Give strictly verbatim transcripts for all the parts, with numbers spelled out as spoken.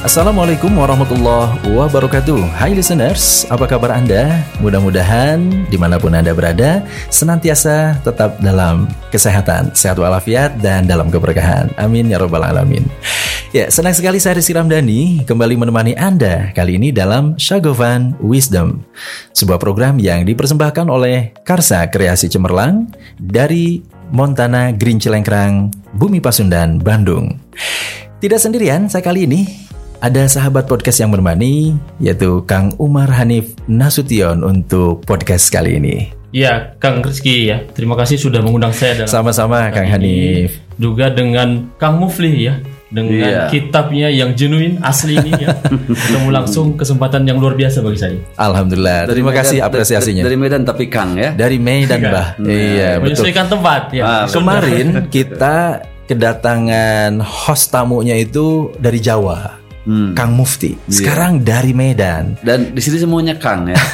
Assalamualaikum warahmatullahi wabarakatuh. Hai listeners, apa kabar Anda? Mudah-mudahan dimanapun Anda berada senantiasa tetap dalam kesehatan, sehat walafiat, dan dalam keberkahan. Amin ya rabbal alamin. Ya, senang sekali saya Rizky Ramdhani kembali menemani Anda kali ini dalam Syagovan Wisdom, sebuah program yang dipersembahkan oleh Karsa Kreasi Cemerlang dari Montana Green Cilengkrang, Bumi Pasundan, Bandung. Tidak sendirian saya kali ini. Ada sahabat podcast yang menemani, yaitu Kang Umar Hanif Nasution untuk podcast kali ini. Ya, Kang Rizky ya. Terima kasih sudah mengundang saya dalam sama-sama Kang Hanif. Juga dengan Kang Mufli ya, dengan yeah. kitabnya yang genuine asli ini ya. Ketemu langsung, kesempatan yang luar biasa bagi saya. Alhamdulillah. Dari Terima Medan, kasih apresiasinya. Dari Medan tapi Kang ya. Dari Medan Bah. Nah, iya, betul. Menyesuaikan tempat ya. Ah, kemarin kita kedatangan host tamunya itu dari Jawa. Hmm. Kang Mufti. Sekarang yeah. dari Medan. Dan di sini semuanya Kang ya.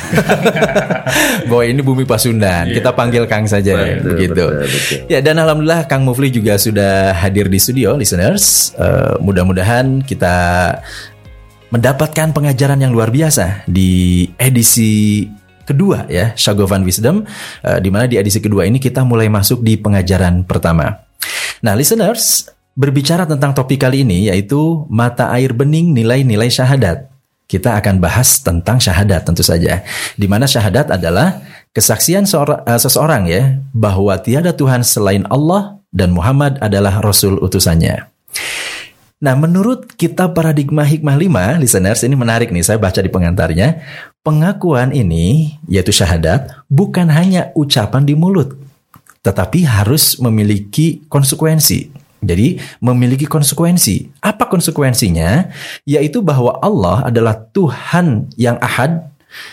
Bahwa ini Bumi Pasundan. Yeah. Kita panggil Kang saja betul, begitu. Betul, betul. Ya, dan alhamdulillah Kang Mufli juga sudah hadir di studio, listeners. Uh, mudah-mudahan kita mendapatkan pengajaran yang luar biasa di edisi kedua ya, Syagovan Wisdom, uh, di mana di edisi kedua ini kita mulai masuk di pengajaran pertama. Nah, listeners, berbicara tentang topik kali ini yaitu mata air bening nilai-nilai syahadat. Kita akan bahas tentang syahadat tentu saja. Di mana syahadat adalah kesaksian seorang, uh, seseorang ya bahwa tiada Tuhan selain Allah dan Muhammad adalah Rasul utusannya. Nah, menurut kitab Paradigma Hikmah lima, listeners, ini menarik nih, saya baca di pengantarnya. Pengakuan ini, yaitu syahadat, bukan hanya ucapan di mulut, tetapi harus memiliki konsekuensi. Jadi memiliki konsekuensi. Apa konsekuensinya? Yaitu bahwa Allah adalah Tuhan yang ahad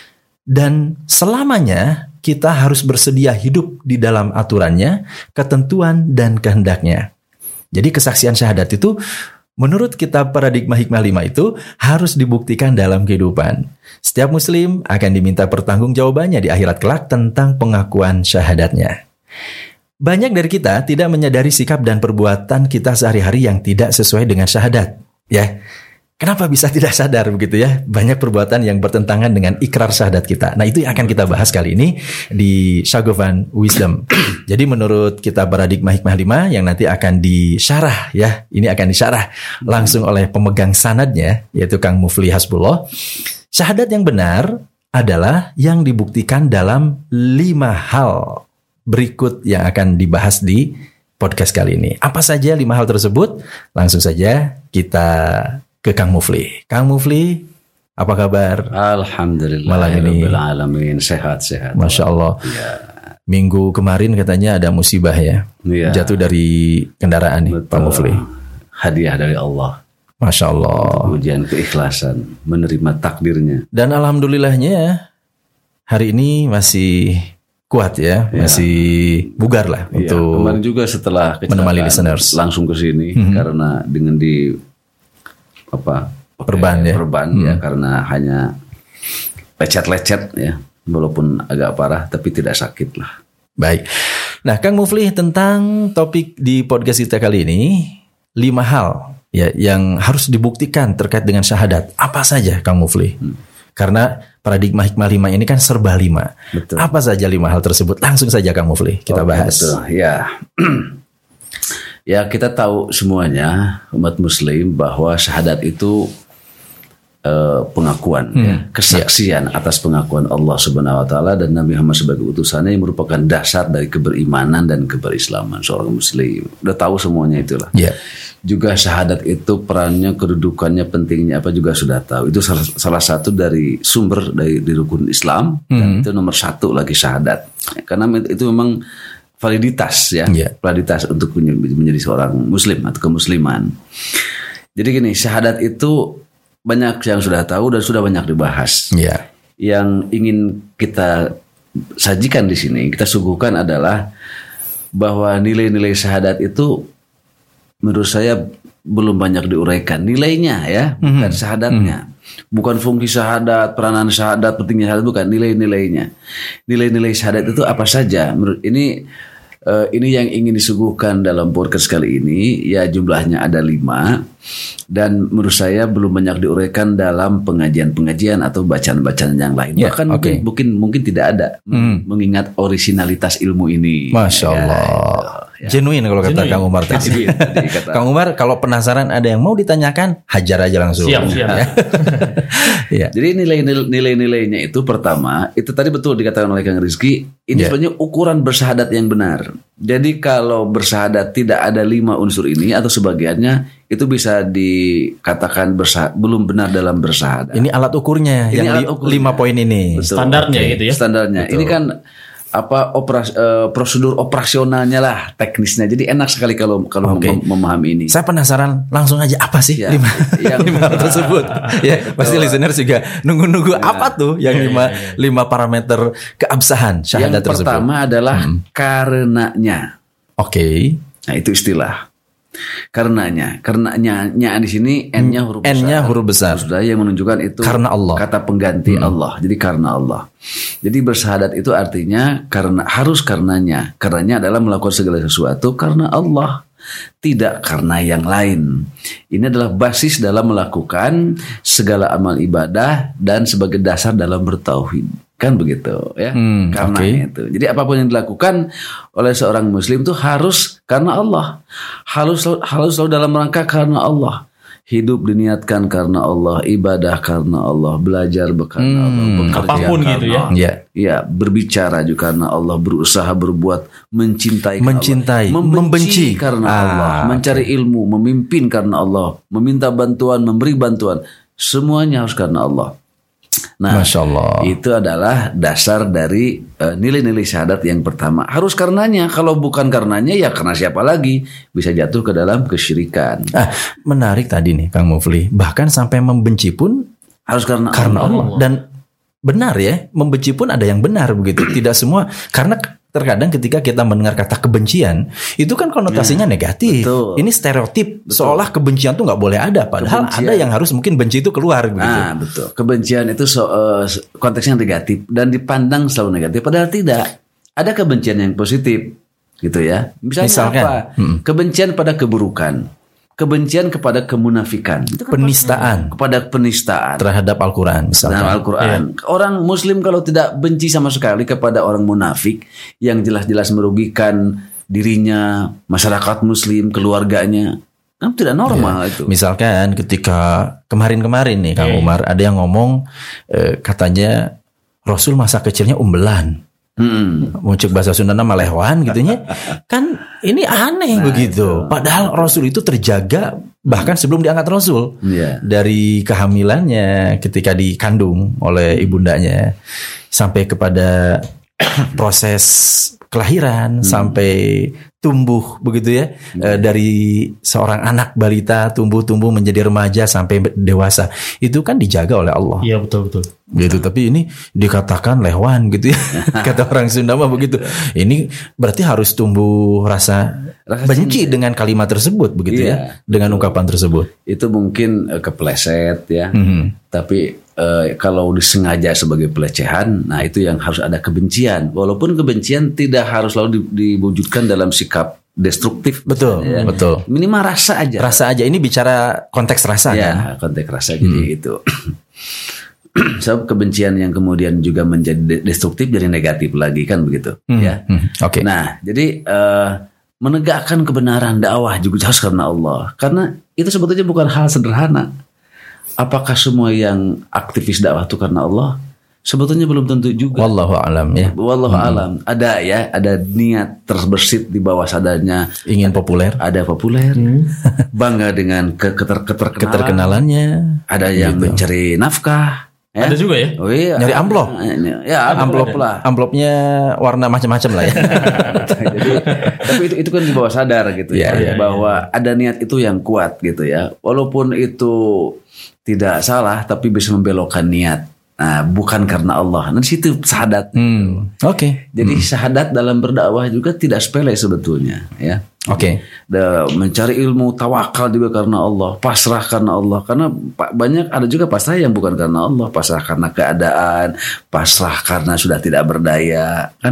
dan selamanya kita harus bersedia hidup di dalam aturannya, ketentuan, dan kehendaknya. Jadi kesaksian syahadat itu menurut kitab Paradigma Hikmah lima itu harus dibuktikan dalam kehidupan. Setiap muslim akan diminta pertanggungjawabannya di akhirat kelak tentang pengakuan syahadatnya. Banyak dari kita tidak menyadari sikap dan perbuatan kita sehari-hari yang tidak sesuai dengan syahadat. Ya, kenapa bisa tidak sadar begitu ya? Banyak perbuatan yang bertentangan dengan ikrar syahadat kita. Nah, itu yang akan kita bahas kali ini di Syagovan Wisdom. Jadi menurut kitab Paradigma Hikmah lima yang nanti akan disyarah ya, ini akan disyarah langsung oleh pemegang sanadnya, yaitu Kang Mufli Hasbullah. Syahadat yang benar adalah yang dibuktikan dalam lima hal berikut yang akan dibahas di podcast kali ini. Apa saja lima hal tersebut? Langsung saja kita ke Kang Mufli. Kang Mufli, apa kabar? Alhamdulillah. Malam ini. Alamin. Sehat-sehat. Masya Allah. Ya. Minggu kemarin katanya ada musibah ya. Ya. Jatuh dari kendaraan nih, Betul. Pak Mufli. Hadiah dari Allah. Masya Allah. Ujian keikhlasan, menerima takdirnya. Dan alhamdulillahnya hari ini masih kuat ya, ya, masih bugar lah ya, untuk kemarin juga setelah menemani listeners langsung ke sini mm-hmm. karena dengan di apa perban ya, perban hmm. ya karena hanya lecet-lecet ya, walaupun agak parah tapi tidak sakit lah. Baik. Nah, Kang Mufli, tentang topik di podcast kita kali ini lima hal ya yang harus dibuktikan terkait dengan syahadat. Apa saja Kang Mufli? Hmm. Karena Paradigma Hikmah lima ini kan serba lima. Betul. Apa saja lima hal tersebut? Langsung saja Kang Mufli kita Oke, bahas. Betul. Ya, ya kita tahu semuanya umat Muslim bahwa syahadat itu uh, pengakuan, hmm. ya, kesaksian ya. atas pengakuan Allah Subhanahu Wa Taala dan Nabi Muhammad sebagai utusannya yang merupakan dasar dari keberimanan dan keberislaman seorang Muslim. Udah tahu semuanya itulah. Ya. Juga syahadat itu perannya, kedudukannya, pentingnya apa juga sudah tahu. Itu salah, salah satu dari sumber dari di rukun Islam mm-hmm. dan itu nomor satu lagi syahadat. Karena itu memang validitas ya, yeah. validitas untuk menjadi seorang Muslim atau kemusliman. Jadi gini, syahadat itu banyak yang sudah tahu dan sudah banyak dibahas. Yeah. Yang ingin kita sajikan di sini, kita suguhkan adalah bahwa nilai-nilai syahadat itu menurut saya belum banyak diuraikan nilainya ya, bukan mm-hmm. syahadatnya, mm-hmm. bukan fungsi syahadat, peranan syahadat, pentingnya syahadat, bukan nilai-nilainya. Nilai-nilai syahadat itu apa saja? Menurut ini uh, ini yang ingin disuguhkan dalam podcast kali ini, ya jumlahnya ada lima. Dan menurut saya belum banyak diuraikan dalam pengajian-pengajian atau bacaan-bacaan yang lain. Yeah, Bahkan okay. mungkin, mungkin mungkin tidak ada, hmm. mengingat originalitas ilmu ini. Masya Allah. Ya, ya. Genuine kalau kata Kang Umar tadi. Kang Umar, kalau penasaran ada yang mau ditanyakan, hajar aja langsung. Siap, siap. Ya. Ya. Jadi nilai-nilainya itu pertama, itu tadi betul dikatakan oleh Kang Rizky, ini yeah. sebenarnya ukuran bersyahadat yang benar. Jadi kalau bersyahadat tidak ada lima unsur ini atau sebagiannya, itu bisa dikatakan bersah- belum benar dalam bersyahadat. Ini alat ukurnya, ini yang alat li- ukurnya. lima poin ini. Betul. Standarnya okay. gitu ya. Standarnya. Betul. Ini kan apa operas, uh, prosedur operasionalnya lah, teknisnya. Jadi enak sekali kalau kalau okay. mem- memahami ini. Saya penasaran, langsung aja apa sih ya, lima yang lima tersebut? Ya, pasti listener juga nunggu-nunggu ya. Apa tuh yang lima ya, ya, ya. lima parameter keabsahan syahadat yang tersebut. Yang pertama adalah hmm. karenanya. Oke. Okay. Nah, itu istilah. Karenanya, karenanya nya di sini n-nya huruf besar. N-nya huruf besar. Sudah yang menunjukkan itu karena Allah. Kata pengganti hmm. Allah. Jadi karena Allah. Jadi bersyahadat itu artinya karena harus karenanya. Karenanya adalah melakukan segala sesuatu karena Allah, tidak karena yang lain. Ini adalah basis dalam melakukan segala amal ibadah dan sebagai dasar dalam bertauhid. Kan begitu ya, hmm, karena okay. itu. Jadi apapun yang dilakukan oleh seorang muslim itu harus karena Allah, harus harus selalu dalam rangka karena Allah. Hidup diniatkan karena Allah, ibadah karena Allah, belajar karena hmm, Allah, bekerja apapun karena gitu ya. Ya, ya berbicara juga karena Allah, berusaha berbuat, mencintai, mencintai, Allah, membenci karena ah, Allah, mencari okay. ilmu, memimpin karena Allah, meminta bantuan, memberi bantuan, semuanya harus karena Allah. Nah, Masya Allah. Itu adalah dasar dari uh, nilai-nilai syahadat yang pertama. Harus karenanya. Kalau bukan karenanya, ya karena siapa lagi? Bisa jatuh ke dalam kesyirikan. Ah, menarik tadi nih Kang Mufli. Bahkan sampai membenci pun harus karena, karena Allah. Allah. Dan benar ya, membenci pun ada yang benar begitu. Tidak semua, karena terkadang ketika kita mendengar kata kebencian, itu kan konotasinya ya, negatif. Betul. Ini stereotip, betul. Seolah kebencian tuh nggak boleh ada. Padahal kebencian. Ada yang harus mungkin benci itu keluar. Begitu. Nah, betul. Kebencian itu so, uh, konteksnya negatif dan dipandang selalu negatif. Padahal tidak. Ada kebencian yang positif, gitu ya. Misalnya Misalkan, apa? Hmm. Kebencian pada keburukan. Kebencian kepada kemunafikan, itu kan penistaan, kepada penistaan terhadap Al-Quran, misalkan. Nah, Al-Quran. Ya. Orang Muslim kalau tidak benci sama sekali kepada orang munafik yang jelas-jelas merugikan dirinya, masyarakat Muslim, keluarganya, kan tidak normal ya. Itu. Misalkan ketika kemarin-kemarin nih Kang ya. Umar ada yang ngomong eh, katanya Rasul masa kecilnya umbelan. Hmm. Muncul bahasa Sunda nama lehwan gitunya. Kan ini aneh nah, begitu. Itu. Padahal Rasul itu terjaga bahkan sebelum diangkat Rasul. Yeah. Dari kehamilannya ketika dikandung oleh ibundanya sampai kepada proses kelahiran hmm. sampai tumbuh begitu ya. Hmm. E, dari seorang anak balita tumbuh-tumbuh menjadi remaja sampai dewasa. Itu kan dijaga oleh Allah. Iya betul betul. Gitu, tapi ini dikatakan lehwan gitu ya. Kata orang Sunda mah begitu. Ini berarti harus tumbuh rasa, rasa benci cinta. Dengan kalimat tersebut begitu iya, ya. Dengan betul. Ungkapan tersebut. Itu mungkin uh, kepleset ya. Mm-hmm. Tapi uh, kalau disengaja sebagai pelecehan, nah itu yang harus ada kebencian. Walaupun kebencian tidak harus selalu diwujudkan dalam sikap destruktif. Betul, ya. Betul. Minimal rasa aja. Rasa aja. Ini bicara konteks rasa ya, kan. Konteks rasa hmm. jadi itu. Sebab kebencian yang kemudian juga menjadi destruktif jadi negatif lagi kan begitu hmm. ya. Hmm. Oke. Okay. Nah, jadi uh, menegakkan kebenaran dakwah juga harus karena Allah. Karena itu sebetulnya bukan hal sederhana. Apakah semua yang aktivis dakwah itu karena Allah? Sebetulnya belum tentu juga. Wallahu a'lam ya. Wallahu hmm. a'lam. Ada ya, ada niat terbersit di bawah sadarnya ingin populer. Ada populer. Hmm. Bangga dengan ke- keter- keterkenalan. Keterkenalannya. Ada yang gitu. Mencari nafkah. Ya? Ada juga ya? Oh iya. Nyari amplop. Ya, amplop lah. Amplopnya warna macam-macam lah ya. Jadi, tapi itu itu kan di bawah sadar gitu ya, ya, bahwa ya. Ada niat itu yang kuat gitu ya. Walaupun itu tidak salah tapi bisa membelokkan niat. Nah, bukan karena Allah. Nah, di situ syahadat. Hmm. Oke. Okay. Jadi hmm. syahadat dalam berdakwah juga tidak sepele sebetulnya, ya. Oke. Okay. Mencari ilmu, tawakal juga karena Allah, pasrah karena Allah. Karena banyak ada juga pasrah yang bukan karena Allah, pasrah karena keadaan, pasrah karena sudah tidak berdaya, kan?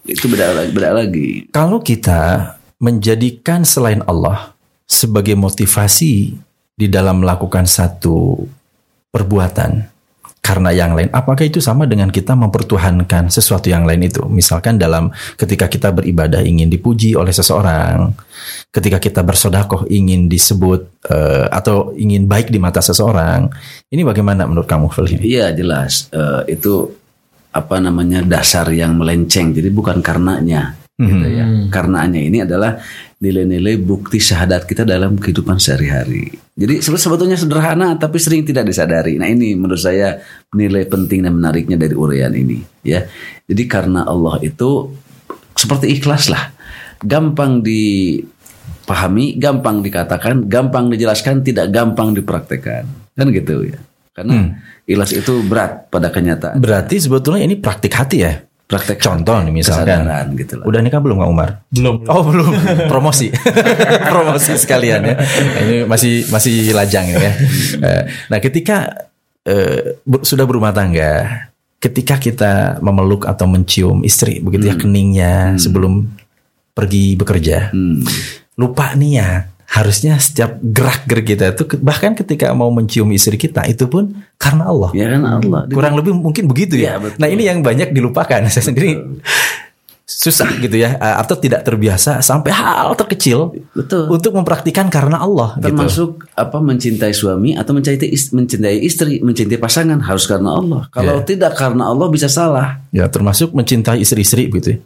itu beda, beda lagi. Kalau kita menjadikan selain Allah sebagai motivasi di dalam melakukan satu perbuatan karena yang lain, apakah itu sama dengan kita mempertuhankan sesuatu yang lain itu? Misalkan dalam ketika kita beribadah ingin dipuji oleh seseorang, ketika kita bersedekah ingin disebut uh, atau ingin baik di mata seseorang, ini bagaimana menurut kamu, Feli? Iya jelas, uh, itu apa namanya dasar yang melenceng, jadi bukan karenanya. Mm-hmm. Gitu ya. Karenanya ini adalah nilai-nilai bukti syahadat kita dalam kehidupan sehari-hari. Jadi sebetulnya sederhana tapi sering tidak disadari. Nah ini menurut saya nilai penting dan menariknya dari uraian ini. Ya, jadi karena Allah itu seperti ikhlas lah, gampang dipahami, gampang dikatakan, gampang dijelaskan, tidak gampang dipraktekkan, kan gitu ya. Karena hmm. ikhlas itu berat pada kenyataan. Berarti sebetulnya ini praktik hati ya. Praktek contoh nih misalkan gitu lah. Udah nikah belum Kang Umar? Belum. Oh belum. Promosi. Promosi sekalian ya. Nah, ini masih masih lajang ini ya. Nah ketika uh, sudah berumah tangga, ketika kita memeluk atau mencium istri begitu hmm. ya keningnya hmm. sebelum pergi bekerja, hmm. lupa niat. Harusnya setiap gerak-gerik kita itu bahkan ketika mau mencium istri kita itu pun karena Allah. Ya karena Allah. Kurang lebih mungkin begitu ya. ya nah ini yang banyak dilupakan. Saya sendiri susah gitu ya, atau tidak terbiasa sampai hal terkecil betul. Untuk mempraktikkan karena Allah. Termasuk gitu. Apa mencintai suami atau mencintai istri, mencintai istri, mencintai pasangan harus karena Allah. Kalau ya. Tidak karena Allah bisa salah. Ya termasuk mencintai istri-istri gitu.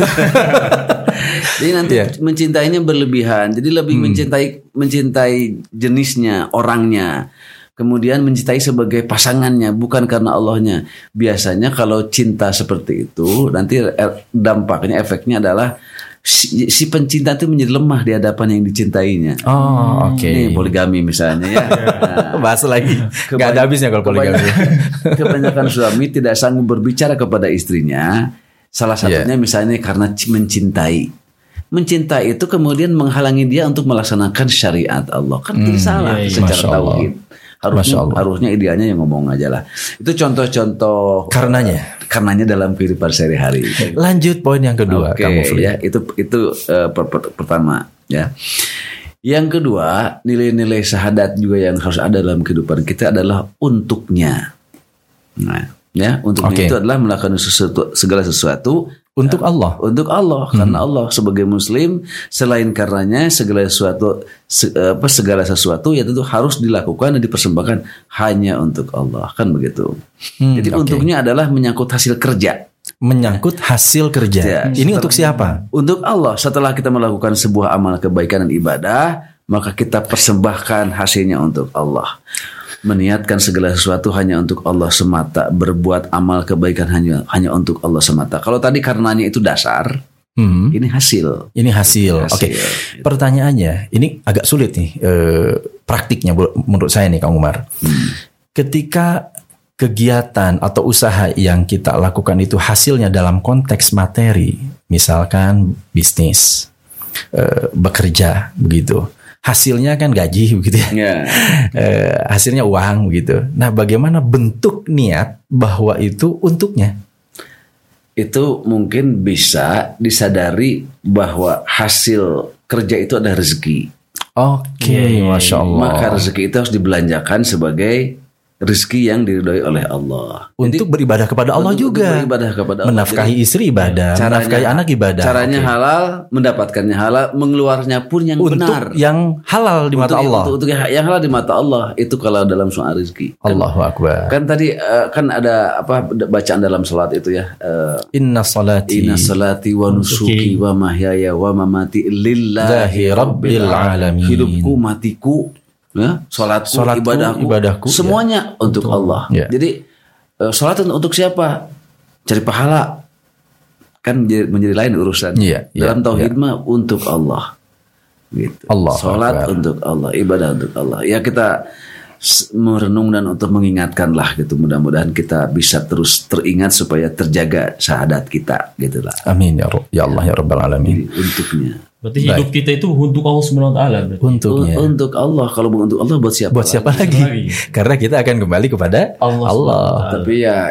Jadi nanti yeah. mencintainya berlebihan. Jadi lebih hmm. mencintai mencintai jenisnya, orangnya. Kemudian mencintai sebagai pasangannya, bukan karena Allahnya. Biasanya kalau cinta seperti itu, nanti dampaknya, efeknya adalah si, si pencinta itu menjadi lemah di hadapan yang dicintainya. Oh, oke. Okay. Ini poligami misalnya ya. Nah, bahas lagi. Gak ada habisnya kalau poligami. Kebanyakan, kebanyakan suami tidak sanggup berbicara kepada istrinya. Salah satunya yeah. misalnya karena mencintai. Mencintai itu kemudian menghalangi dia untuk melaksanakan syariat Allah. Kan itu hmm, salah yeah, yeah. secara tauhid. Harusnya, harusnya idealnya yang ngomong aja lah. Itu contoh-contoh karenanya. Karenanya dalam kehidupan sehari-hari. Lanjut poin yang kedua. Oke, okay, ya itu itu uh, per, per, pertama ya. Yang kedua, nilai-nilai syahadat juga yang harus ada dalam kehidupan kita adalah untuknya. Nah, ya untuknya okay. itu adalah melakukan sesuatu, segala sesuatu untuk Allah, untuk Allah hmm. karena Allah sebagai Muslim selain karenanya segala sesuatu se, apa segala sesuatu ya tentu harus dilakukan dan dipersembahkan hanya untuk Allah, kan begitu. Hmm, Jadi okay. untuknya adalah menyangkut hasil kerja. Menyangkut hasil kerja. Ya, Ini setelah, untuk siapa? Untuk Allah. Setelah kita melakukan sebuah amal kebaikan dan ibadah, maka kita persembahkan hasilnya untuk Allah. Meniatkan segala sesuatu hanya untuk Allah semata, berbuat amal kebaikan hanya hanya untuk Allah semata. Kalau tadi karenanya itu dasar, hmm. ini hasil. Ini hasil. hasil. Oke. Okay. Pertanyaannya, ini agak sulit nih eh, praktiknya menurut saya nih Kang Umar. Hmm. Ketika kegiatan atau usaha yang kita lakukan itu hasilnya dalam konteks materi, misalkan bisnis, eh, bekerja begitu. Hasilnya kan gaji begitu ya, yeah. e, hasilnya uang begitu. Nah, bagaimana bentuk niat bahwa itu untuknya? Itu mungkin bisa disadari bahwa hasil kerja itu adalah rezeki. Oke, okay, yeah. Masya Allah. Maka rezeki itu harus dibelanjakan sebagai rezeki yang diridhoi oleh Allah. Untuk Jadi, beribadah kepada Allah juga. Beribadah kepada Allah. Menafkahi Jadi, istri ibadah, caranya, menafkahi anak ibadah. Caranya okay. halal, mendapatkannya halal, mengeluarnya pun yang untuk benar. Yang halal di mata untuk, Allah. Untuk, untuk yang halal di mata Allah itu kalau dalam soal rezeki. Kan, Allahu Akbar. Kan tadi uh, kan ada apa bacaan dalam salat itu ya. Uh, Inna salati Inna salati wa nusuki wa mahyaya wa mamati lillahi rabbil alamin. Hidupku matiku ya, salatku, salatku ibadahku, ibadahku semuanya ya. Untuk Allah. Ya. Jadi salat untuk siapa? Cari pahala. Kan menjadi, menjadi lain urusan. Ya, dalam tauhid ya. Mah untuk Allah. Gitu. Allah. Salat untuk Allah, ibadah untuk Allah. Ya kita merenung dan untuk mengingatkan lah gitu. Mudah-mudahan kita bisa terus teringat supaya terjaga syahadat kita gitulah. Amin ya Rabb. Ya Allah ya Rabbal alamin. Jadi, untuknya. Berarti hidup Baik. kita itu untuk Allah subhanahu wa taala. Untuknya. Untuk Allah. Kalau bukan untuk Allah buat siapa? Buat siapa lagi? lagi? Karena kita akan kembali kepada Allah. Allah. Tapi ya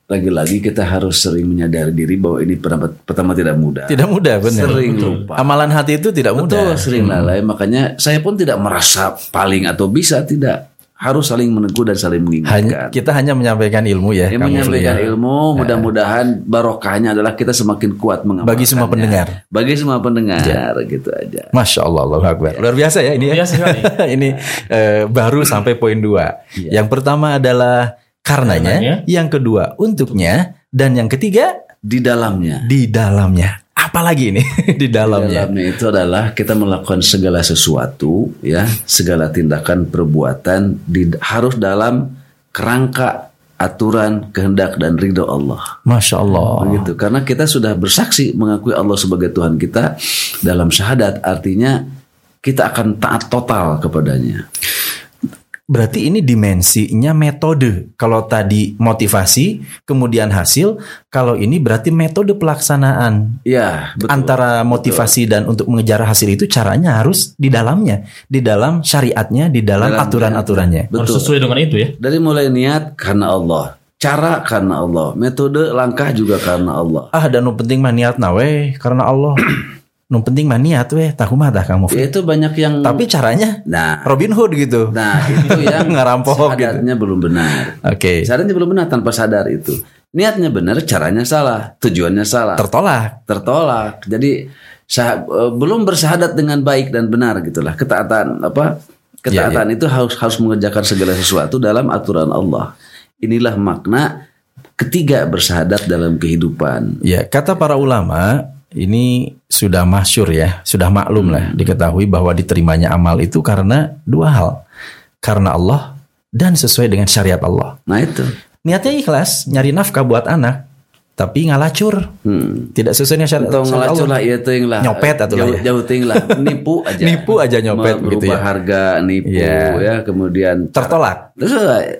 lagi-lagi kita harus sering menyadari diri bahwa ini pertama, pertama tidak mudah. Tidak mudah, benar. Sering lupa. Amalan hati itu tidak mudah. Betul, sering lalai. Hmm. Makanya saya pun tidak merasa paling atau bisa, tidak. Harus saling menegur dan saling mengingatkan. Hanya, kita hanya menyampaikan ilmu ya. ya menyampaikan ya. ilmu, mudah-mudahan barokahnya adalah kita semakin kuat mengamalkannya. Bagi semua pendengar. Bagi semua pendengar, ya. Gitu aja. Masya Allah, Allahu Akbar. Luar biasa ya ini ya. Biasa sekali. Ini eh, baru sampai poin dua. Ya. Yang pertama adalah karenanya, karenanya, yang kedua untuknya, dan yang ketiga di dalamnya. Di dalamnya. Apalagi ini di dalamnya. Di dalamnya itu adalah kita melakukan segala sesuatu, ya, segala tindakan perbuatan di, harus dalam kerangka aturan, kehendak dan ridho Allah. Masya Allah. Begitu. Karena kita sudah bersaksi mengakui Allah sebagai Tuhan kita dalam syahadat, artinya kita akan taat total kepadanya. Berarti ini dimensinya metode. Kalau tadi motivasi, kemudian hasil. Kalau ini berarti metode pelaksanaan. Ya, betul. Antara motivasi betul. Dan untuk mengejar hasil itu caranya harus di dalamnya, di dalam syariatnya, di dalam, dalam aturan-aturannya. Betul. Harus sesuai dengan itu ya. Dari mulai niat karena Allah, cara karena Allah, metode langkah juga karena Allah. Ah, dan yang penting mah niat nawe karena Allah. Nu penting mah niat weh, tahu mah dah kamu. Ya, itu banyak yang. Tapi caranya, nah, Robin Hood gitu. Nah itu yang ngerampok sadarnya gitu. Belum benar. Oke. Okay. Sadarnya belum benar tanpa sadar itu. Niatnya benar, caranya salah, tujuannya salah. Tertolak. Tertolak. Jadi sah, belum bersahadat dengan baik dan benar gitulah. Ketaatan apa? Ketaatan ya, ya. Itu harus harus mengerjakan segala sesuatu dalam aturan Allah. Inilah makna ketiga bersahadat dalam kehidupan. Ya, kata para ulama. Ini sudah masyhur ya, sudah maklum lah, diketahui bahwa diterimanya amal itu karena dua hal. Karena Allah dan sesuai dengan syariat Allah. Nah itu. Niatnya ikhlas, nyari nafkah buat anak, tapi ngalacur. Hmm. Tidak sesuai dengan syariat, syariat ngalacur Allah. Lah, ya itu yang lah. Nyopet atau jauh, ya. Jauh ting lah, nipu aja. Nipu aja nyopet gitu ya. Harga, nipu ya, ya kemudian. Tertolak. Terus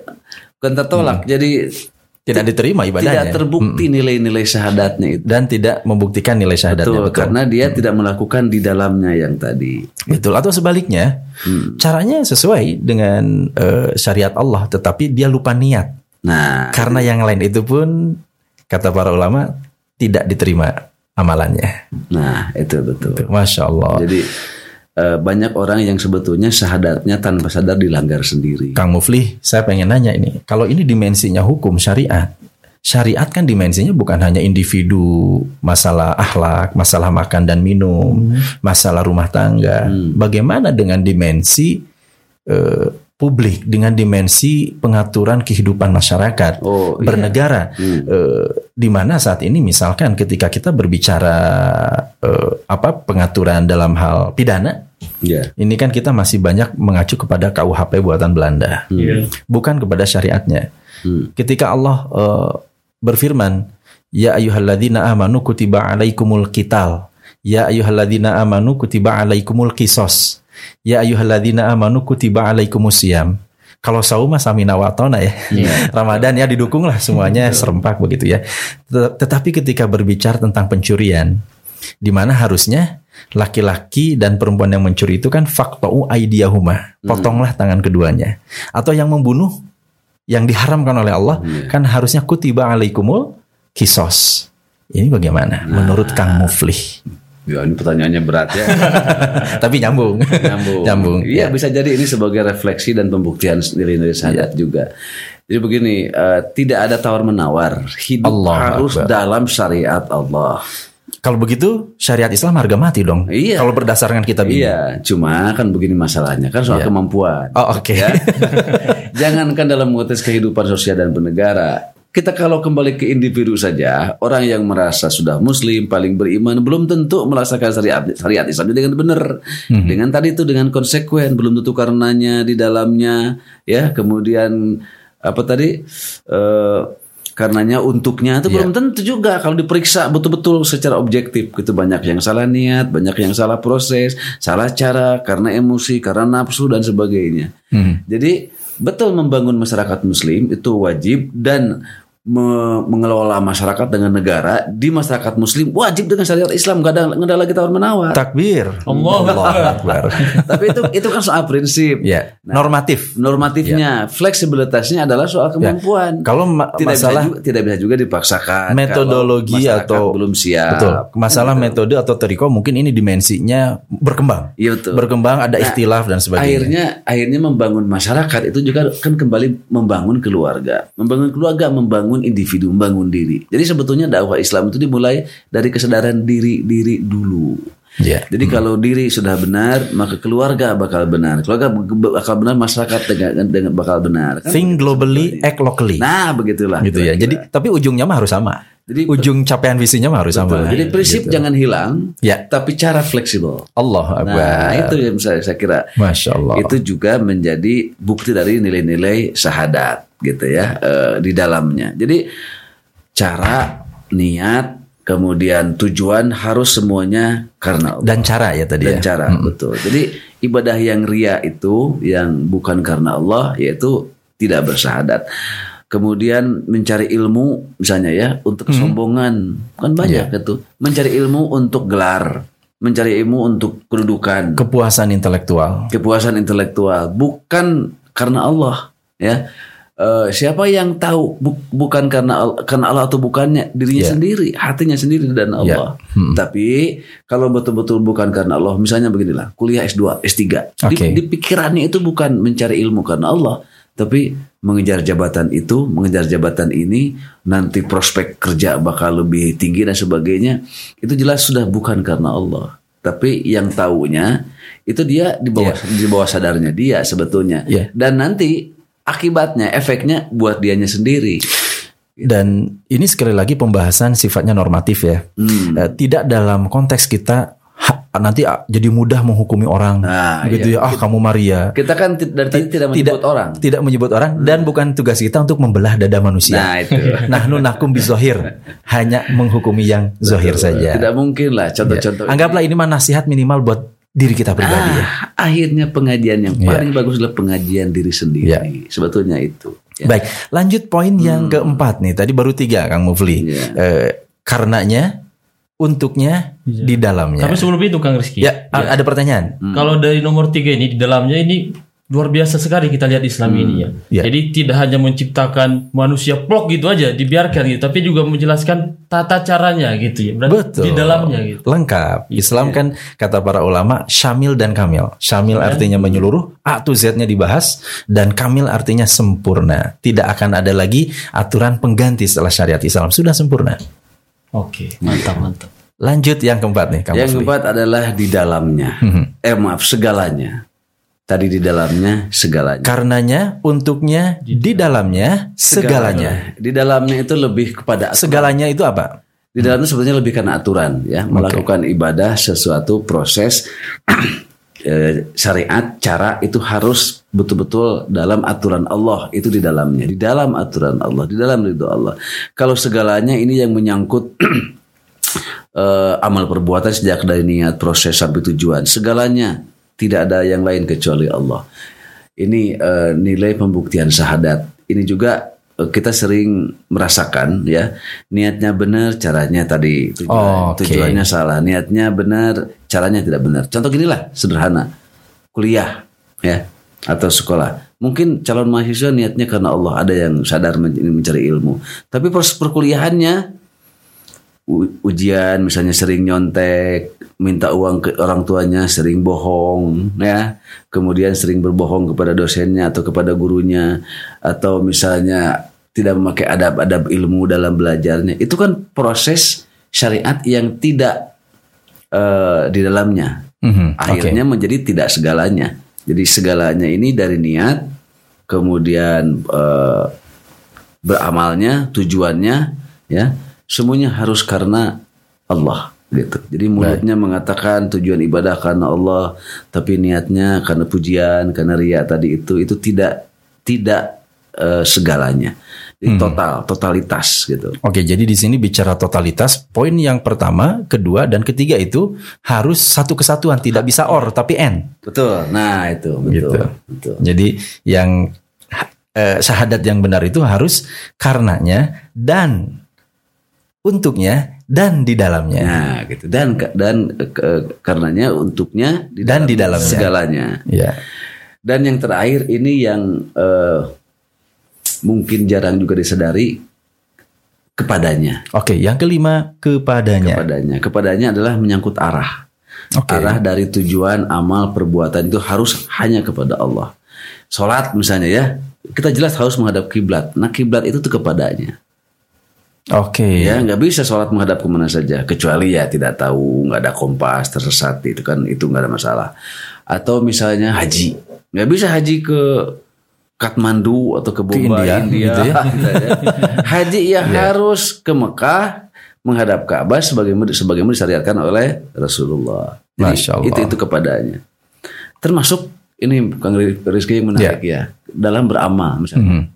bukan tertolak, hmm. jadi tidak diterima ibadahnya. Tidak terbukti nilai-nilai syahadatnya itu. Dan tidak membuktikan nilai syahadatnya. Betul, betul. Karena dia hmm. tidak melakukan di dalamnya yang tadi. Betul, atau sebaliknya. Hmm. Caranya sesuai dengan uh, syariat Allah, tetapi dia lupa niat. Nah, karena itu. Yang lain itu pun, kata para ulama, tidak diterima amalannya. Nah, itu betul. Masya Allah. Jadi banyak orang yang sebetulnya syahadatnya tanpa sadar dilanggar sendiri. Kang Mufli, saya pengen nanya ini. Kalau ini dimensinya hukum syariat, syariat kan dimensinya bukan hanya individu, masalah akhlak, masalah makan dan minum, hmm. masalah rumah tangga. Hmm. Bagaimana dengan dimensi eh, publik, dengan dimensi pengaturan kehidupan masyarakat, oh, bernegara, iya. hmm. eh, di mana saat ini misalkan ketika kita berbicara eh, apa pengaturan dalam hal pidana. Yeah. Ini kan kita masih banyak mengacu kepada K U H P buatan Belanda, yeah. bukan kepada syariatnya. Hmm. Ketika Allah uh, berfirman, Ya ayyuhalladzina amanu kutiba alaikumul qital, Ya ayyuhalladzina amanu kutiba alaikumul qisas, Ya ayyuhalladzina amanu kutiba alaikumus siyam. Kalau saum mah samina wa atona ya. Yeah. Ramadan ya didukung lah semuanya serempak begitu ya. Tetapi ketika berbicara tentang pencurian, di mana harusnya laki-laki dan perempuan yang mencuri itu kan faqta'u aydiyahuma, potonglah hmm. tangan keduanya. Atau yang membunuh yang diharamkan oleh Allah yeah. kan harusnya kutiba alaikumul qisas. Ini bagaimana nah. menurut Kang Mufli? Ya, ini pertanyaannya berat ya. Tapi nyambung. Nyambung. nyambung. Iya, ya. Bisa jadi ini sebagai refleksi dan pembuktian nilai-nilai syahadat ya. juga. Jadi begini, uh, tidak ada tawar-menawar. Hidup Allah harus Akbar. Dalam syariat Allah. Kalau begitu syariat Islam harga mati dong. Iya. Kalau berdasarkan kitab ini. Iya, cuma kan begini masalahnya kan soal iya. kemampuan. Oh oke. Okay. Ya? Jangankan dalam mengutus kehidupan sosial dan bernegara. Kita kalau kembali ke individu saja, orang yang merasa sudah muslim, paling beriman, belum tentu melaksanakan syariat, syariat Islam dengan benar. Mm-hmm. Dengan tadi itu dengan konsekuen, belum tentu karenanya di dalamnya, ya. Kemudian apa tadi? Uh, karenanya untuknya itu yeah. belum tentu juga kalau diperiksa betul-betul secara objektif. Itu banyak yang salah niat, banyak yang salah proses, salah cara karena emosi, karena nafsu dan sebagainya. Hmm. Jadi betul membangun masyarakat muslim itu wajib dan me- mengelola masyarakat dengan negara, di masyarakat muslim wajib dengan syariat Islam, gak ada, gak ada lagi tawar menawar. Takbir. Allah Akbar. Tapi itu itu kan soal prinsip. Ya, Nah, normatif. normatifnya, fleksibilitasnya adalah soal kemampuan. Kalau ma- tidak masalah bisa juga, tidak bisa juga dipaksakan. metodologi kalau masyarakat atau belum siap. Betul. Masalah metode atau teriko mungkin ini dimensinya berkembang. Iya betul. Berkembang ada ikhtilaf dan sebagainya. Akhirnya akhirnya membangun masyarakat itu juga kan kembali membangun keluarga. Membangun keluarga, membangun individu, membangun diri. Jadi sebetulnya dakwah Islam itu dimulai dari kesadaran diri-diri dulu. Ya. Jadi hmm. kalau diri sudah benar, maka keluarga bakal benar. Keluarga bakal benar, masyarakat dengan, dengan bakal benar. Kan Think globally, act locally. Nah, begitulah. Gitu ya. Jadi tapi ujungnya mah harus sama. Jadi ujung capaian visinya mah harus betul. sama. Jadi prinsip gitu. jangan hilang, ya. tapi cara fleksibel. Allah Akbar. Nah, itu yang saya, saya kira. Masya Allah. Itu juga menjadi bukti dari nilai-nilai syahadat, gitu ya, uh, di dalamnya. Jadi cara, niat, kemudian tujuan harus semuanya karena Allah. Dan cara ya tadi. Dan ya? cara, hmm. betul. Jadi ibadah yang ria itu, yang bukan karena Allah, yaitu tidak bersyahadat. Kemudian mencari ilmu misalnya ya untuk kesombongan, hmm. kan banyak yeah. itu. Mencari ilmu untuk gelar, mencari ilmu untuk kedudukan, kepuasan intelektual, kepuasan intelektual, bukan karena Allah ya. Uh, siapa yang tahu bu- bukan karena karena Allah atau bukannya dirinya yeah. sendiri, hatinya sendiri dan Allah. Yeah. Hmm. Tapi kalau betul-betul bukan karena Allah, misalnya beginilah, kuliah S dua, S tiga, okay. di, di pikirannya itu bukan mencari ilmu karena Allah, tapi mengejar jabatan itu, mengejar jabatan ini, nanti prospek kerja bakal lebih tinggi dan sebagainya. Itu jelas sudah bukan karena Allah. Tapi yang taunya itu dia di bawah yeah. di bawah sadarnya dia sebetulnya. Yeah. Dan nanti akibatnya, efeknya buat dianya sendiri. Dan ini sekali lagi pembahasan sifatnya normatif ya. Hmm. Tidak dalam konteks kita nanti jadi mudah menghukumi orang, nah, gitu iya. ya. Ah kamu Maria. Kita kan dari tadi tidak menyebut tidak, orang, tidak menyebut orang, hmm. dan bukan tugas kita untuk membelah dada manusia. Nah itu. Nahnu nakum bizohir, hanya menghukumi yang zohir saja. Tidak mungkin lah contoh-contoh. Ya. Anggaplah ini mah nasihat minimal buat diri kita pribadi. Ah, ya. Akhirnya pengajian yang paling ya. bagus adalah pengajian diri sendiri. Ya. Sebetulnya itu. Ya. Baik, lanjut poin hmm. yang keempat nih. Tadi baru tiga, Kang Mufli. Ya. Eh, karenanya, untuknya, ya. di dalamnya. Tapi sebelum itu, Kang Rizky. Ya, ya. Ada pertanyaan. Hmm. Kalau dari nomor tiga ini di dalamnya ini luar biasa sekali kita lihat Islam hmm. ini ya. ya. Jadi tidak hanya menciptakan manusia plok gitu aja, dibiarkan gitu, tapi juga menjelaskan tata caranya gitu ya. Berarti betul. Di dalamnya gitu. Lengkap. Islam ya. Kan kata para ulama syamil dan kamil. Syamil ya. Artinya menyeluruh, A to Z-nya dibahas, dan kamil artinya sempurna. Tidak akan ada lagi aturan pengganti setelah syariat Islam, sudah sempurna. Oke, mantap mantap. Lanjut yang keempat nih. Yang keempat adalah di dalamnya. eh maaf, segalanya. Tadi di dalamnya segalanya. Karenanya, untuknya, di, di dalamnya segalanya. segalanya. Di dalamnya itu lebih kepada aturan. Segalanya itu apa? Di dalamnya sebetulnya lebih karena aturan ya, melakukan okay. ibadah sesuatu proses eh, syariat, cara itu harus betul-betul dalam aturan Allah, itu di dalamnya, di dalam aturan Allah, di dalam ridho Allah. Kalau segalanya ini yang menyangkut eh, amal perbuatan sejak dari niat, proses sampai tujuan, segalanya. Tidak ada yang lain kecuali Allah. Ini uh, nilai pembuktian syahadat. Ini juga uh, kita sering merasakan ya, niatnya benar, caranya tadi tujuan, oh, okay. tujuannya salah. Niatnya benar, caranya tidak benar. Contoh ginilah sederhana, kuliah ya atau sekolah. Mungkin calon mahasiswa niatnya karena Allah, ada yang sadar mencari ilmu. Tapi proses perkuliahannya, ujian misalnya sering nyontek, minta uang ke orang tuanya, sering bohong ya, kemudian sering berbohong kepada dosennya atau kepada gurunya, atau misalnya tidak memakai adab-adab ilmu dalam belajarnya. Itu kan proses syariat yang tidak uh, di dalamnya. Mm-hmm. Akhirnya okay. menjadi tidak segalanya. Jadi segalanya ini dari niat, kemudian uh, beramalnya, tujuannya ya, semuanya harus karena Allah gitu. Jadi mulutnya Baik. mengatakan tujuan ibadah karena Allah, tapi niatnya karena pujian, karena riya tadi itu itu tidak tidak uh, segalanya. Jadi hmm. total, totalitas gitu. Oke, jadi di sini bicara totalitas, poin yang pertama, kedua, dan ketiga itu harus satu kesatuan, tidak bisa or tapi n. Betul. Nah, itu betul. Gitu. Betul. Jadi yang eh, syahadat yang benar itu harus karenanya dan untuknya dan di dalamnya. Nah, gitu. Dan dan ke, karenanya untuknya di dan dalam di dalamnya segalanya. Ya. Dan yang terakhir ini yang uh, mungkin jarang juga disadari, kepadanya. Oke, yang kelima kepadanya. Kepadanya. Kepadanya adalah menyangkut arah. Oke. Arah dari tujuan, amal, perbuatan itu harus hanya kepada Allah. Salat misalnya ya, kita jelas harus menghadap kiblat. Nah, kiblat itu tuh kepadanya. Oke. Okay. Ya, nggak bisa sholat menghadap kemana saja, kecuali ya tidak tahu, nggak ada kompas, tersesat, itu kan itu nggak ada masalah. Atau misalnya haji, nggak bisa haji ke Kathmandu atau ke Bombay, India, India gitu ya. gitu ya. Haji ya harus ke Mekah menghadap Ka'bah sebagaimana sebagaimana disyariatkan oleh Rasulullah. Jadi, Masya Allah. itu itu kepadanya. Termasuk ini Kang Rizky yang menarik ya, ya dalam beramal misalnya. Mm-hmm.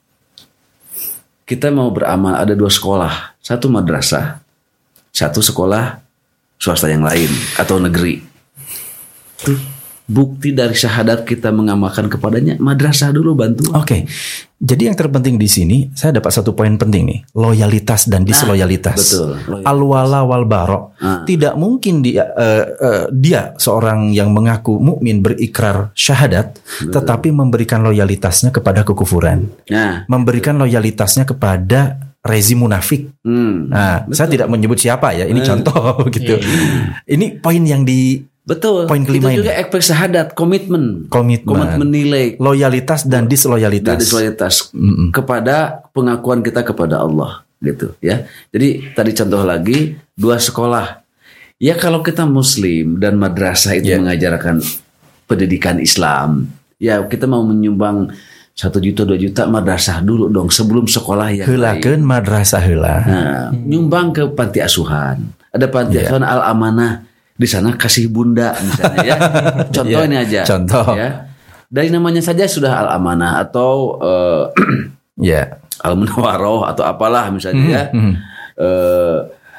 Kita mau beramal ada dua sekolah, satu madrasah, satu sekolah swasta yang lain atau negeri. Tuh bukti dari syahadat kita mengamalkan kepadanya, madrasah dulu bantu. Oke, okay. Jadi yang terpenting di sini saya dapat satu poin penting nih, loyalitas dan disloyalitas. Nah, betul. Al-wala wal bara. Ah. Tidak mungkin dia uh, uh, dia seorang yang mengaku mukmin berikrar syahadat, betul, tetapi memberikan loyalitasnya kepada kekufuran, nah, memberikan loyalitasnya kepada rezim munafik. Hmm, nah, betul. Saya tidak menyebut siapa ya, ini hmm. contoh gitu. Hmm. Ini poin yang di Betul. Poin kelima itu juga ini. aspek syahadat, komitmen, komitmen, komitmen nilai, loyalitas dan disloyalitas, dan disloyalitas mm-mm. kepada pengakuan kita kepada Allah, gitu ya. Jadi tadi contoh lagi dua sekolah. Ya kalau kita Muslim dan madrasah itu yeah. mengajarkan pendidikan Islam, ya kita mau menyumbang satu juta dua juta madrasah dulu dong sebelum sekolah yang helakeun madrasah heula. Nah, hmm. nyumbang ke panti asuhan. Ada panti yeah. asuhan Al Amanah. Di sana kasih bunda misalnya ya. Contoh yeah, ini aja. Contoh. Ya. Dari namanya saja sudah Al Amanah atau uh, yeah. Al Munawwaroh atau apalah misalnya mm-hmm. ya. Uh,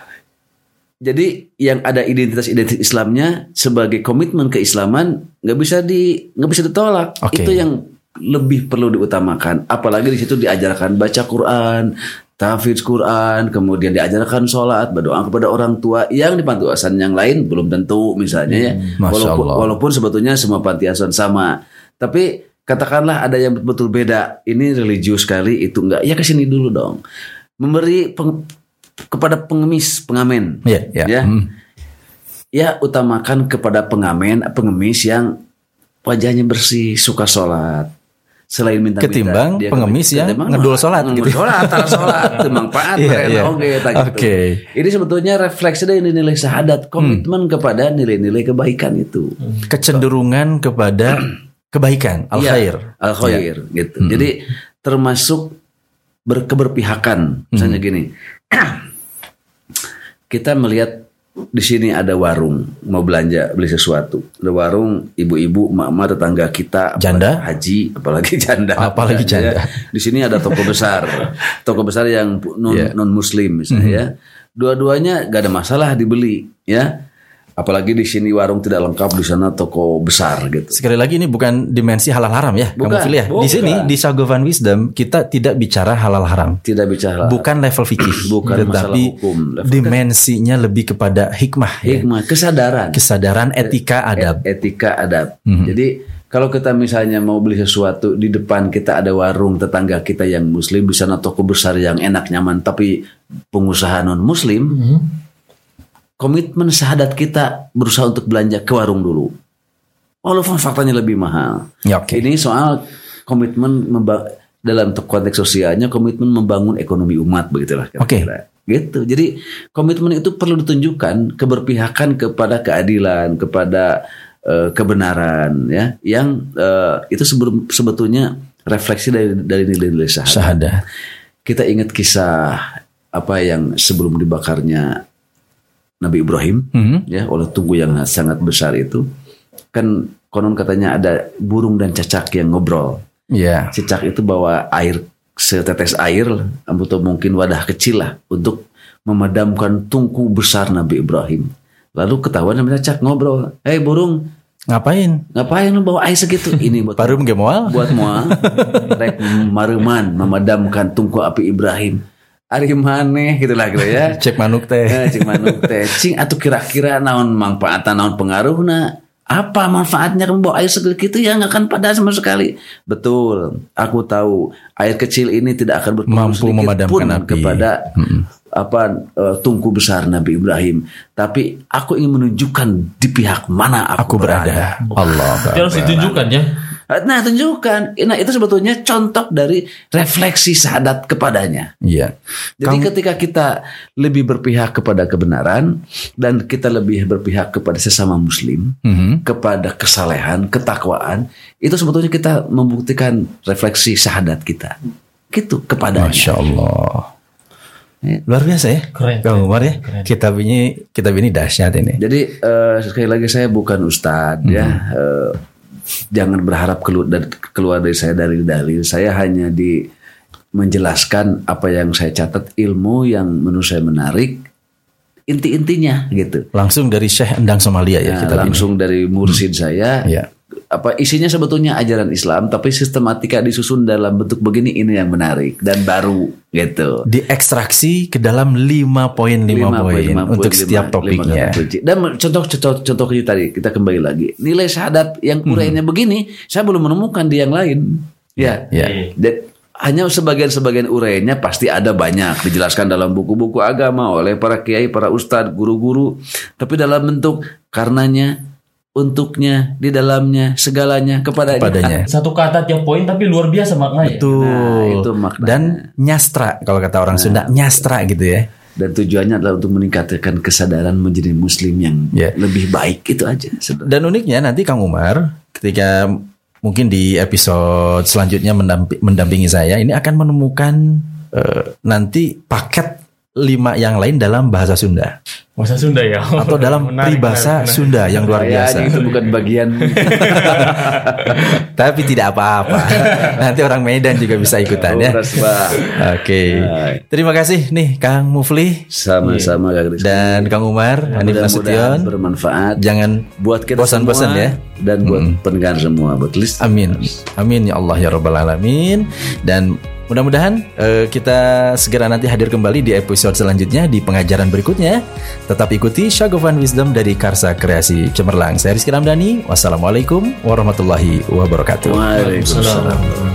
jadi yang ada identitas-identitas Islamnya sebagai komitmen keislaman nggak bisa di nggak bisa ditolak. Okay. Itu yang lebih perlu diutamakan. Apalagi di situ diajarkan baca Quran, tahfidz Quran, kemudian diajarkan sholat, berdoa kepada orang tua yang di panti asuhan yang lain belum tentu misalnya ya. Walaupun, walaupun sebetulnya semua panti asuhan sama, tapi katakanlah ada yang betul beda. Ini religius sekali, itu enggak. Ya kesini dulu dong. Memberi peng, kepada pengemis, pengamen, yeah, yeah. ya, hmm. ya utamakan kepada pengamen, pengemis yang wajahnya bersih, suka sholat. Selain minta ketimbang dia pengemis yang ngedul sholat gitu. Sholat, antara sholat, manfaat, yeah, yeah. oke, gitu. Okay. Ini sebetulnya refleksi dari nilai syahadat, komitmen hmm. kepada nilai-nilai kebaikan itu. Kecenderungan kepada kebaikan, al khair, ya, al khair, yeah. gitu. Hmm. Jadi termasuk berkeberpihakan, misalnya hmm. gini, kita melihat di sini ada warung mau belanja beli sesuatu, ada warung ibu-ibu, emak-emak tetangga kita, janda, haji, apalagi janda, apalagi janda. Ya. Di sini ada toko besar, toko besar yang non yeah. non Muslim misalnya, mm-hmm. ya, dua-duanya gak ada masalah dibeli, ya. Apalagi di sini warung tidak lengkap, di sana toko besar gitu. Sekali lagi ini bukan dimensi halal haram ya, bukan, kamu pilih ya. Di sini di Sagovan Wisdom kita tidak bicara halal haram. Tidak bicara. Bukan level fikih, bukan tetapi hukum. Level dimensinya kan lebih kepada hikmah. Hikmah, ya? kesadaran, kesadaran, etika, adab. Etika, adab. Mm-hmm. Jadi kalau kita misalnya mau beli sesuatu di depan kita ada warung tetangga kita yang Muslim, di sana toko besar yang enak nyaman, tapi pengusaha non Muslim. Mm-hmm. Komitmen syahadat kita berusaha untuk belanja ke warung dulu. Walaupun faktanya lebih mahal. Ya, okay. Ini soal komitmen memba- dalam konteks sosialnya, komitmen membangun ekonomi umat begitulah. Oke. Okay. Gitu. Jadi komitmen itu perlu ditunjukkan keberpihakan kepada keadilan, kepada uh, kebenaran, ya, yang uh, itu sebelum, sebetulnya refleksi dari dari nilai-nilai syahadat. Syahadat. Kita ingat kisah apa yang sebelum dibakarnya Nabi Ibrahim, mm-hmm. ya, oleh tunggu yang sangat besar itu, kan konon katanya ada burung dan cacak yang ngobrol. Yeah. Cicak itu bawa air, setetes air, atau mungkin wadah kecil lah untuk memadamkan tungku besar Nabi Ibrahim. Lalu ketahuan sama cacak ngobrol, hei burung, Ngapain? Ngapain lu bawa air segitu? Ini buat Parum ge moal. Buat moal. Rek mareman memadamkan tungku api Ibrahim. Ari maneh gitulah gitu ya. Cek manuk teh. Cek manuk teh. Cing atuh kira-kira naon manfaatan naon pengaruhna? Apa manfaatnya kamu bawa air segitu ya nggak akan padat sama sekali. Betul. Aku tahu air kecil ini tidak akan berpengaruh mampu memadamkan api kepada hmm. apa uh, tungku besar Nabi Ibrahim. Tapi aku ingin menunjukkan di pihak mana aku, aku berada. berada. Allah. Harus ditunjukkan ya. Nah, tunjukkan. Nah, itu sebetulnya contoh dari refleksi syahadat kepadanya. Iya. Jadi Kamu... ketika kita lebih berpihak kepada kebenaran dan kita lebih berpihak kepada sesama muslim, mm-hmm. kepada kesalehan, ketakwaan, itu sebetulnya kita membuktikan refleksi syahadat kita. Gitu kepadanya. Masya Allah. Luar biasa ya. Keren. Kang Umar ya. Keren. Kitab ini kitab ini dahsyat ini. Jadi uh, sekali lagi saya bukan ustadz mm-hmm. ya. Uh, Jangan berharap keluar dari, keluar dari saya dari dalil. Saya hanya di menjelaskan apa yang saya catat, ilmu yang menurut saya menarik, inti-intinya gitu. Langsung dari Syekh Endang Somalia ya. Nah, kita langsung ini. Dari mursid hmm. saya. Ya. Apa isinya sebetulnya ajaran Islam, tapi sistematika disusun dalam bentuk begini, ini yang menarik dan baru gitu. Diekstraksi ke dalam lima poin lima poin untuk lima, setiap topiknya. Dan contoh-contoh contoh tadi kita kembali lagi. Nilai syahadat yang uraiannya hmm. begini, saya belum menemukan di yang lain. Ya. Ya. Dan hanya sebagian-sebagian uraiannya pasti ada banyak dijelaskan dalam buku-buku agama oleh para kiai, para ustadz, guru-guru, tapi dalam bentuk karenanya, untuknya, di dalamnya, segalanya kepadanya. kepadanya. Satu kata tiap poin tapi luar biasa maknanya. Betul. Nah, itu maknanya. Dan nyastra kalau kata orang nah, Sunda, nyastra gitu ya. Dan tujuannya adalah untuk meningkatkan kesadaran menjadi muslim yang yeah. lebih baik, itu aja. Sebenarnya. Dan uniknya nanti Kang Umar ketika mungkin di episode selanjutnya mendamping, mendampingi saya, ini akan menemukan uh, nanti paket lima yang lain dalam bahasa Sunda. Bahasa Sunda ya? Atau dalam menarik, peribahasa menarik, Sunda menarik. Yang luar biasa. Ya, itu bukan bagian. Tapi tidak apa-apa. Nanti orang Medan juga bisa ikutan ya. Oke. Okay. Terima kasih nih Kang Mufli. Sama-sama Kang Rizky. Dan Kang Umar, Hanif Nasution. Bermanfaat. Jangan buat kita bosan-bosan ya. Dan buat hmm. pendengar semua. Buat list. Amin. Amin ya Allah ya Rabbal Alamin. Dan mudah-mudahan uh, kita segera nanti hadir kembali di episode selanjutnya di pengajaran berikutnya. Tetap ikuti Shagofan Wisdom dari Karsa Kreasi Cemerlang. Saya Rizky Ramdhani. Wassalamualaikum warahmatullahi wabarakatuh. Waalaikumsalam.